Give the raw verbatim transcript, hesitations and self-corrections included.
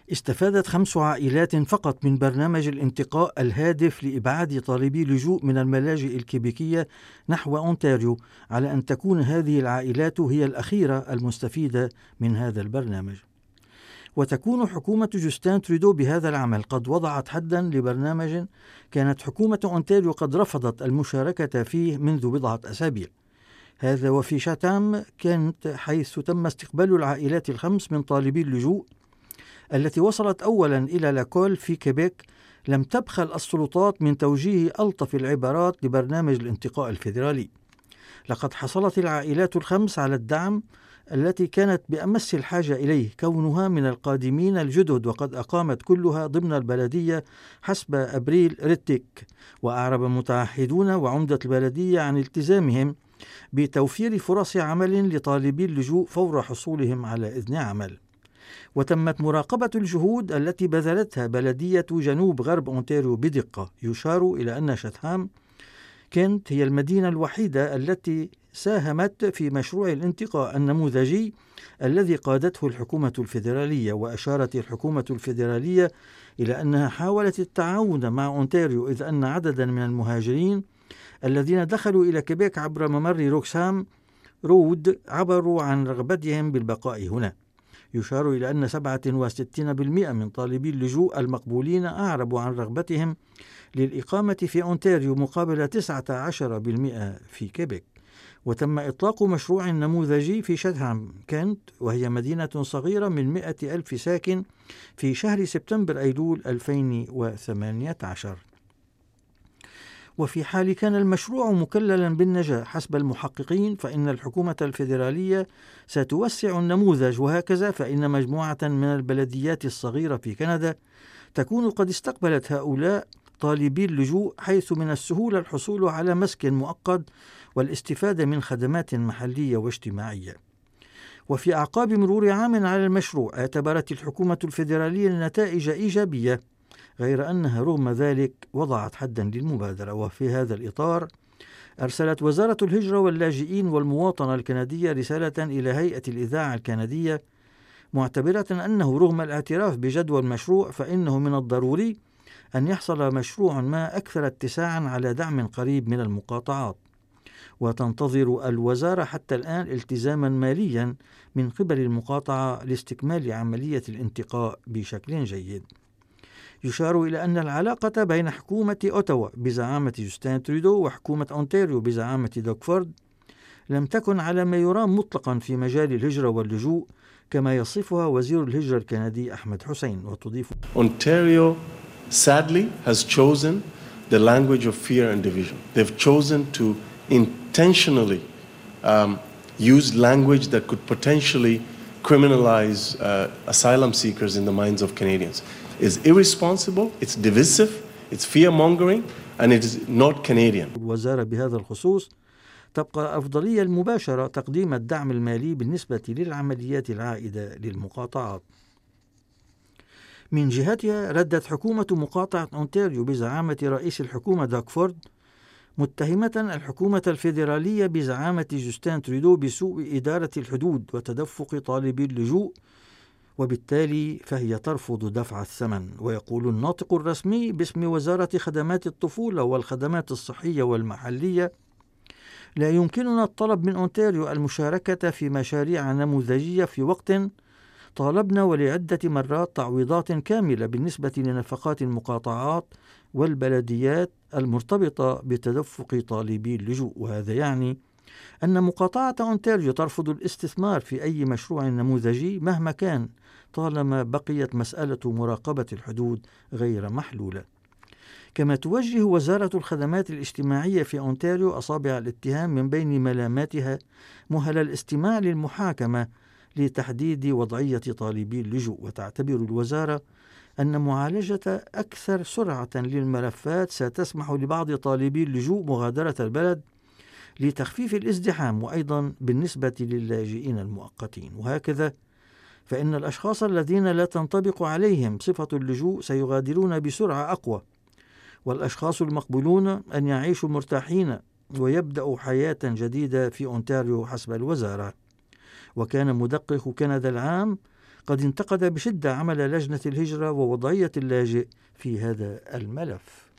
استفادت خمس عائلات فقط من برنامج الانتقاء الهادف لإبعاد طالبي لجوء من الملاجئ الكيبيكية نحو أونتاريو، على أن تكون هذه العائلات هي الأخيرة المستفيدة من هذا البرنامج. وتكون حكومة جوستين ترودو بهذا العمل قد وضعت حدا لبرنامج كانت حكومة أونتاريو قد رفضت المشاركة فيه منذ بضعة أسابيع. هذا وفي شاتام كانت، حيث تم استقبال العائلات الخمس من طالبي اللجوء التي وصلت أولا إلى لاكول في كيبيك، لم تبخل السلطات من توجيه ألطف العبارات لبرنامج الانتقاء الفيدرالي. لقد حصلت العائلات الخمس على الدعم التي كانت بأمس الحاجة إليه، كونها من القادمين الجدد، وقد أقامت كلها ضمن البلدية حسب أبريل ريتيك. وأعرب متعهدون وعمدة البلدية عن التزامهم بتوفير فرص عمل لطالبي اللجوء فور حصولهم على إذن عمل. وتمت مراقبة الجهود التي بذلتها بلدية جنوب غرب أونتاريو بدقة. يشار إلى أن شاتهام كانت هي المدينة الوحيدة التي ساهمت في مشروع الانتقاء النموذجي الذي قادته الحكومة الفيدرالية. وأشارت الحكومة الفيدرالية إلى أنها حاولت التعاون مع أونتاريو، إذ أن عددا من المهاجرين الذين دخلوا إلى كيبيك عبر ممر روكسهام رود عبروا عن رغبتهم بالبقاء هنا. يشار إلى أن سبعة وستين بالمئة من طالبي اللجوء المقبولين أعربوا عن رغبتهم للإقامة في أونتاريو مقابل تسعة عشر بالمئة في كيبيك. وتم إطلاق مشروع نموذجي في شاتهام كنت، وهي مدينة صغيرة من مئة ألف ساكن، في شهر سبتمبر أيلول ألفين وثمانية عشر. وفي حال كان المشروع مكللا بالنجاح حسب المحققين، فإن الحكومة الفيدرالية ستوسع النموذج، وهكذا فإن مجموعة من البلديات الصغيرة في كندا تكون قد استقبلت هؤلاء طالبي اللجوء، حيث من السهولة الحصول على مسكن مؤقت والاستفادة من خدمات محلية واجتماعية. وفي أعقاب مرور عام على المشروع اعتبرت الحكومة الفيدرالية النتائج إيجابية، غير أنها رغم ذلك وضعت حدا للمبادرة. وفي هذا الإطار أرسلت وزارة الهجرة واللاجئين والمواطنة الكندية رسالة إلى هيئة الإذاعة الكندية، معتبرة أنه رغم الاعتراف بجدوى المشروع فإنه من الضروري أن يحصل مشروع ما أكثر اتساعا على دعم قريب من المقاطعات. وتنتظر الوزارة حتى الآن التزاما ماليا من قبل المقاطعة لاستكمال عملية الانتقاء بشكل جيد. يشار إلى أن العلاقة بين حكومة أوتاوا بزعامة جوستين ترودو وحكومة أونتاريو بزعامة دوغ فورد لم تكن على ما يرام مطلقا في مجال الهجرة واللجوء، كما يصفها وزير الهجرة الكندي أحمد حسين. وتضيف: Ontario sadly has chosen the language of fear and division. They've chosen to intentionally um, use language that could potentially criminalize uh, asylum seekers in the minds of Canadians. It's irresponsible, it's divisive, it's fear-mongering, and it is not Canadian. الوزارة بهذا الخصوص تبقى الأفضلية المباشرة تقديم الدعم المالي بالنسبة للعمليات العائدة للمقاطعات. من جهتها ردت حكومة مقاطعة أونتاريو بزعامة رئيس الحكومة دوغ فورد متهمة الحكومة الفيدرالية بزعامة جوستين ترودو بسوء إدارة الحدود وتدفق طالبي اللجوء، وبالتالي فهي ترفض دفع الثمن. ويقول الناطق الرسمي باسم وزارة خدمات الطفولة والخدمات الصحية والمحلية: لا يمكننا الطلب من أونتاريو المشاركة في مشاريع نموذجية في وقت طالبنا ولعدة مرات تعويضات كاملة بالنسبة لنفقات المقاطعات والبلديات المرتبطة بتدفق طالبي اللجوء. وهذا يعني أن مقاطعة أونتاريو ترفض الاستثمار في أي مشروع نموذجي مهما كان، طالما بقيت مسألة مراقبة الحدود غير محلولة. كما توجه وزارة الخدمات الاجتماعية في أونتاريو أصابع الاتهام من بين ملاماتها مهل الاستماع للمحاكمة لتحديد وضعية طالبي اللجوء. وتعتبر الوزارة أن معالجة أكثر سرعة للملفات ستسمح لبعض طالبي اللجوء مغادرة البلد لتخفيف الازدحام، وأيضا بالنسبة للاجئين المؤقتين. وهكذا فإن الأشخاص الذين لا تنطبق عليهم صفة اللجوء سيغادرون بسرعة أقوى، والأشخاص المقبولون أن يعيشوا مرتاحين ويبدأوا حياة جديدة في أونتاريو حسب الوزارة. وكان مدقق كندا العام قد انتقد بشدة عمل لجنة الهجرة ووضعية اللاجئ في هذا الملف.